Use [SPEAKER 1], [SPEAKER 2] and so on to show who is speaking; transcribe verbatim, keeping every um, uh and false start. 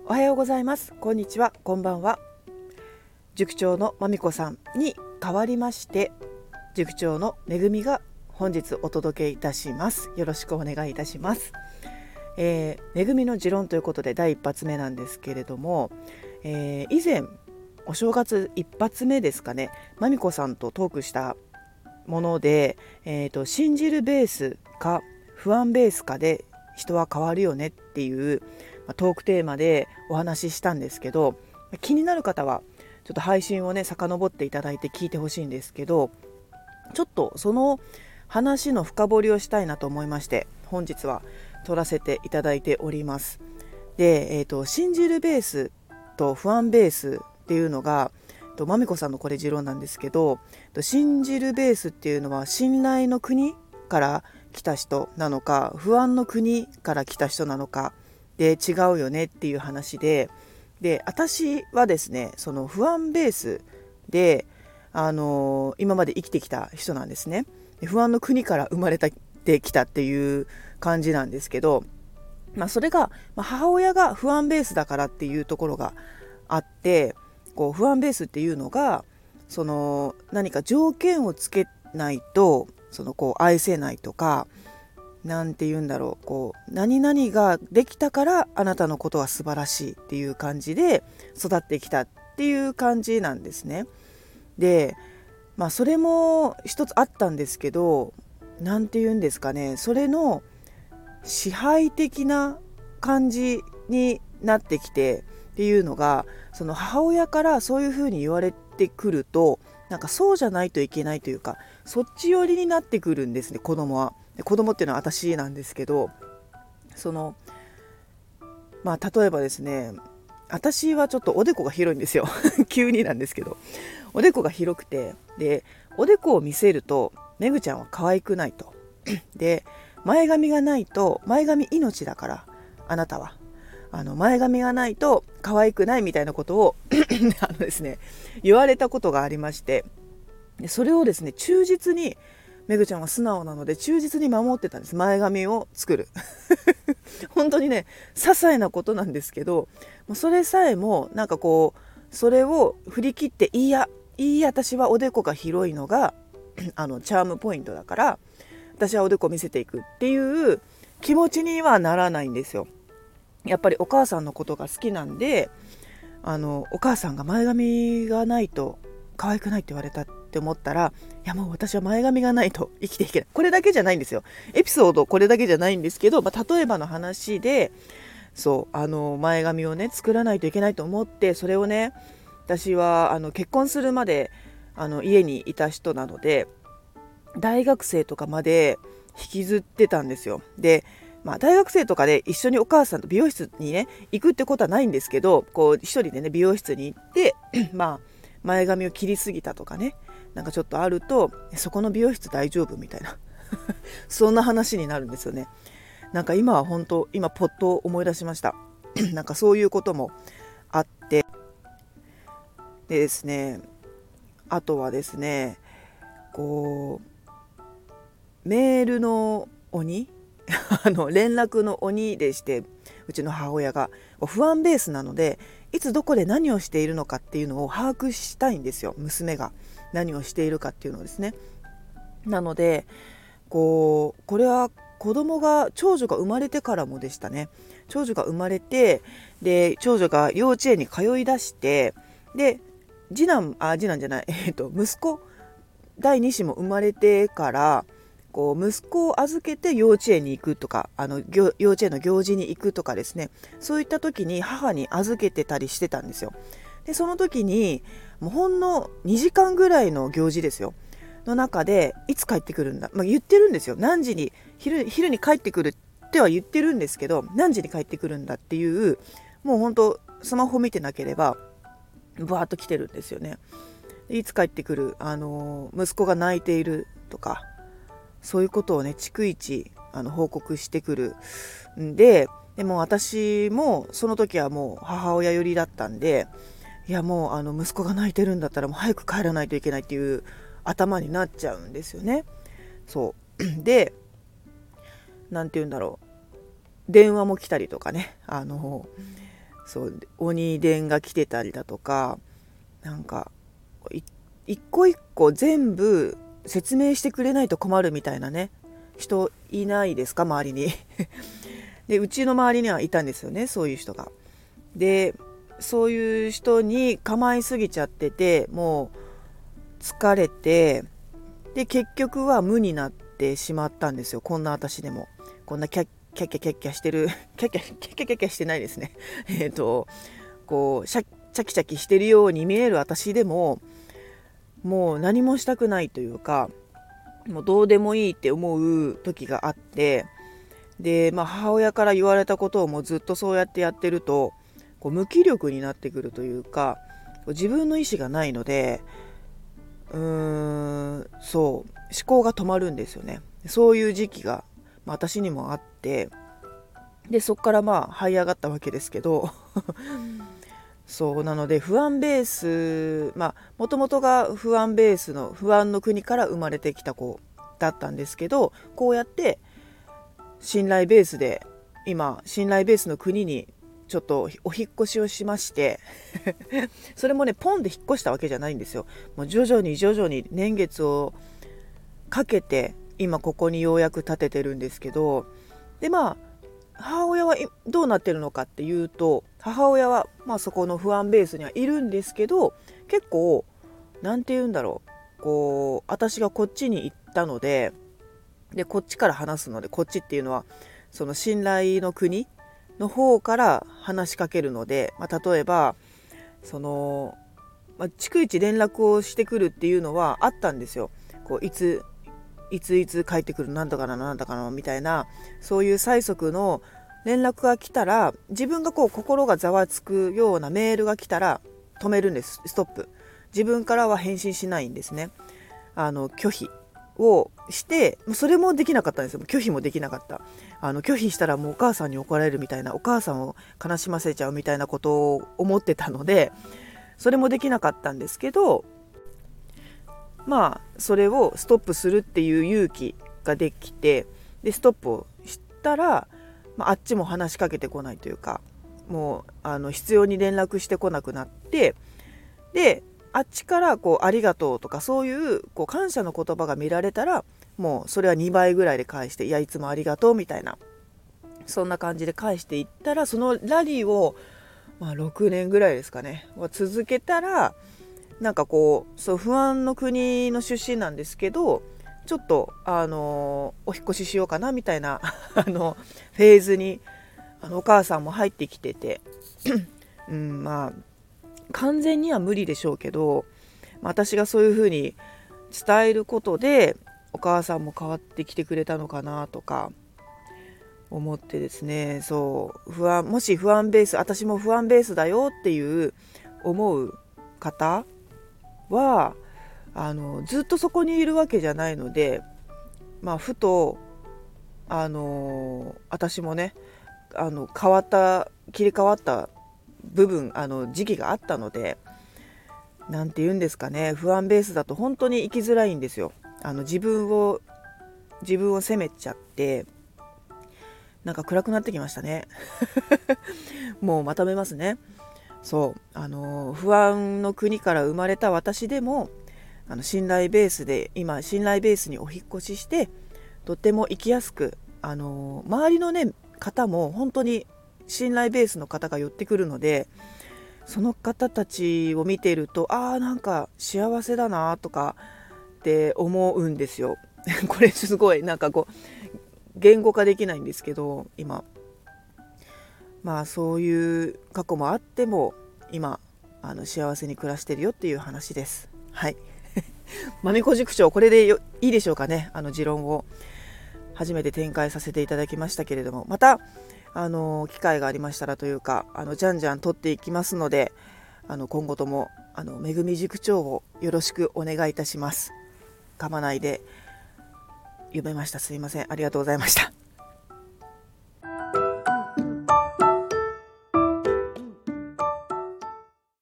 [SPEAKER 1] おはようございます。こんにちは、こんばんは。塾長のまみこさんに代わりまして塾長のめぐみが本日お届けいたします。よろしくお願いいたします。えー、めぐみの持論ということでだい一発目なんですけれども、えー、以前お正月一発目ですかね、まみこさんとトークしたもので、えーと、信じるベースか不安ベースかで人は変わるよねっていうトークテーマでお話ししたんですけど、気になる方はちょっと配信をね遡っていただいて聞いてほしいんですけど、ちょっとその話の深掘りをしたいなと思いまして本日は撮らせていただいております。で、えーと、信じるベースと不安ベースっていうのがまみこさんのこれ持論なんですけど、信じるベースっていうのは信頼の国から来た人なのか不安の国から来た人なのかで違うよねっていう話で、で私はですねその不安ベースで、あのー、今まで生きてきた人なんですね。で不安の国から生まれてきたっていう感じなんですけど、まあ、それが、まあ、母親が不安ベースだからっていうところがあって、こう不安ベースっていうのがその何か条件をつけないとそのこう愛せないとか、なんて言うんだろう、こう何々ができたからあなたのことは素晴らしいっていう感じで育ってきたっていう感じなんですね。で、まあそれも一つあったんですけど、なんて言うんですかね、それの支配的な感じになってきてっていうのが、その母親からそういうふうに言われてくると、なんかそうじゃないといけないというか、そっち寄りになってくるんですね、子供は。子供っていうのは私なんですけど、そのまあ例えばですね、私はちょっとおでこが広いんですよ急になんですけど、おでこが広くて、でおでこを見せるとめぐちゃんは可愛くないとで前髪がないと、前髪命だからあなたはあの前髪がないと可愛くないみたいなことをあのですね言われたことがありまして、でそれをですね忠実にめぐちゃんは素直なので忠実に守ってたんです。前髪を作る本当にね些細なことなんですけど、それさえもなんかこうそれを振り切って、いいやいいや私はおでこが広いのがあのチャームポイントだから私はおでこ見せていくっていう気持ちにはならないんですよ。やっぱりお母さんのことが好きなんで、あのお母さんが前髪がないと可愛くないって言われたって思ったら、いやもう私は前髪がないと生きていけない。これだけじゃないんですよ。エピソードこれだけじゃないんですけど、まあ、例えばの話で、そうあの前髪をね作らないといけないと思って、それをね私はあの結婚するまであの家にいた人なので、大学生とかまで引きずってたんですよ。でまあ、大学生とかで一緒にお母さんと美容室にね行くってことはないんですけど、こう一人でね美容室に行ってまあ前髪を切りすぎたとかね、なんかちょっとあると、そこの美容室大丈夫みたいなそんな話になるんですよね。なんか今は本当今ポッと思い出しましたなんかそういうこともあって、でですね、あとはですね、こうメールの鬼あの連絡の鬼でして、うちの母親が不安ベースなので、いつどこで何をしているのかっていうのを把握したいんですよ。娘が何をしているかっていうのをですね。なのでこうこれは子供が長女が生まれてからもでしたね。長女が生まれて、で長女が幼稚園に通い出して、で次男あ次男じゃない、えー、と息子だいに子も生まれてから、こう息子を預けて幼稚園に行くとか、あの幼稚園の行事に行くとかですね、そういった時に母に預けてたりしてたんですよ。でその時にもうほんのにじかんぐらいの行事ですよの中で、いつ帰ってくるんだ、まあ、言ってるんですよ。何時に 昼, 昼に帰ってくるっては言ってるんですけど、何時に帰ってくるんだっていう、もう本当スマホ見てなければバーッと来てるんですよね。いつ帰ってくる、あの息子が泣いているとか、そういうことをね逐一あの報告してくるんで、でも私もその時はもう母親寄りだったんで、いやもうあの息子が泣いてるんだったらもう早く帰らないといけないっていう頭になっちゃうんですよね。そうで、なんて言うんだろう、電話も来たりとかね、あのそう鬼伝が来てたりだとか、なんか一個一個全部説明してくれないと困るみたいなね人いないですか、周りにでうちの周りにはいたんですよね、そういう人が。でそういう人に構いすぎちゃってて、もう疲れて、で結局は無になってしまったんですよ。こんな私でもこんなキャッキャッキャキャッキャしてるキャッキャキャッキャキャキャしてないですねえっとこうシャチャキチャキしてるように見える私でも、もう何もしたくないというか、もうどうでもいいって思う時があって、で、まあ、母親から言われたことをもうずっとそうやってやってると、こう無気力になってくるというか、自分の意思がないので、うーんそう思考が止まるんですよね。そういう時期が、まあ、私にもあって、でそこからまあ這い上がったわけですけどそうなので、不安ベース、まあもともとが不安ベースの不安の国から生まれてきた子だったんですけど、こうやって信頼ベースで、今信頼ベースの国にちょっとお引っ越しをしましてそれもねポンで引っ越したわけじゃないんですよ。もう徐々に徐々に年月をかけて今ここにようやく立ててるんですけど、でまあ母親はどうなってるのかっていうと、母親はまあそこの不安ベースにはいるんですけど、結構なんて言うんだろう、こう私がこっちに行ったので、でこっちから話すので、こっちっていうのはその信頼の国の方から話しかけるので、まあ、例えばその、まあ、逐一連絡をしてくるっていうのはあったんですよ。こういついついつ帰ってくる、なんとかななんとかなみたいな、そういう催促の連絡が来たら、自分がこう心がざわつくようなメールが来たら止めるんです。ストップ。自分からは返信しないんですね。あの拒否をして、それもできなかったんですよ。拒否もできなかった。あの拒否したらもうお母さんに怒られるみたいな、お母さんを悲しませちゃうみたいなことを思ってたので、それもできなかったんですけど、まあそれをストップするっていう勇気ができて、でストップをしたら、まあ、あっちも話しかけてこないというか、もうあの必要に連絡してこなくなって、であっちからこうありがとうとか、そういうこう感謝の言葉が見られたら、もうそれはにばいぐらいで返して、いやいつもありがとうみたいな、そんな感じで返していったら、そのラリーを、まあ、ろくねんぐらいですかね続けたら、なんかこう、そう不安の国の出身なんですけど、ちょっとあのお引越ししようかなみたいなあのフェーズにあのお母さんも入ってきててうん、まあ完全には無理でしょうけど、私がそういう風に伝えることでお母さんも変わってきてくれたのかなとか思ってですね。そう不安、もし不安ベース、私も不安ベースだよっていう思う方は、あのずっとそこにいるわけじゃないので、まあふとあの私もね、あの変わった切り替わった部分、あの時期があったので、なんて言うんですかね、不安ベースだと本当に生きづらいんですよ。あの自分を自分を責めちゃって、なんか暗くなってきましたねもうまとめますね。そうあの不安の国から生まれた私でも、あの信頼ベースで、今信頼ベースにお引っ越しして、とっても生きやすく、あの周りのね方も本当に信頼ベースの方が寄ってくるので、その方たちを見ていると、あーなんか幸せだなとかって思うんですよこれすごいなんかこう言語化できないんですけど、今まあそういう過去もあっても今あの幸せに暮らしてるよっていう話です。はいまみこ塾長、これでよいいでしょうかね。あの持論を初めて展開させていただきましたけれども、またあの機会がありましたらというか、あのじゃんじゃん取っていきますので、あの今後ともあのめぐみ塾長をよろしくお願いいたします。噛まないで読めました。すいません。ありがとうございました。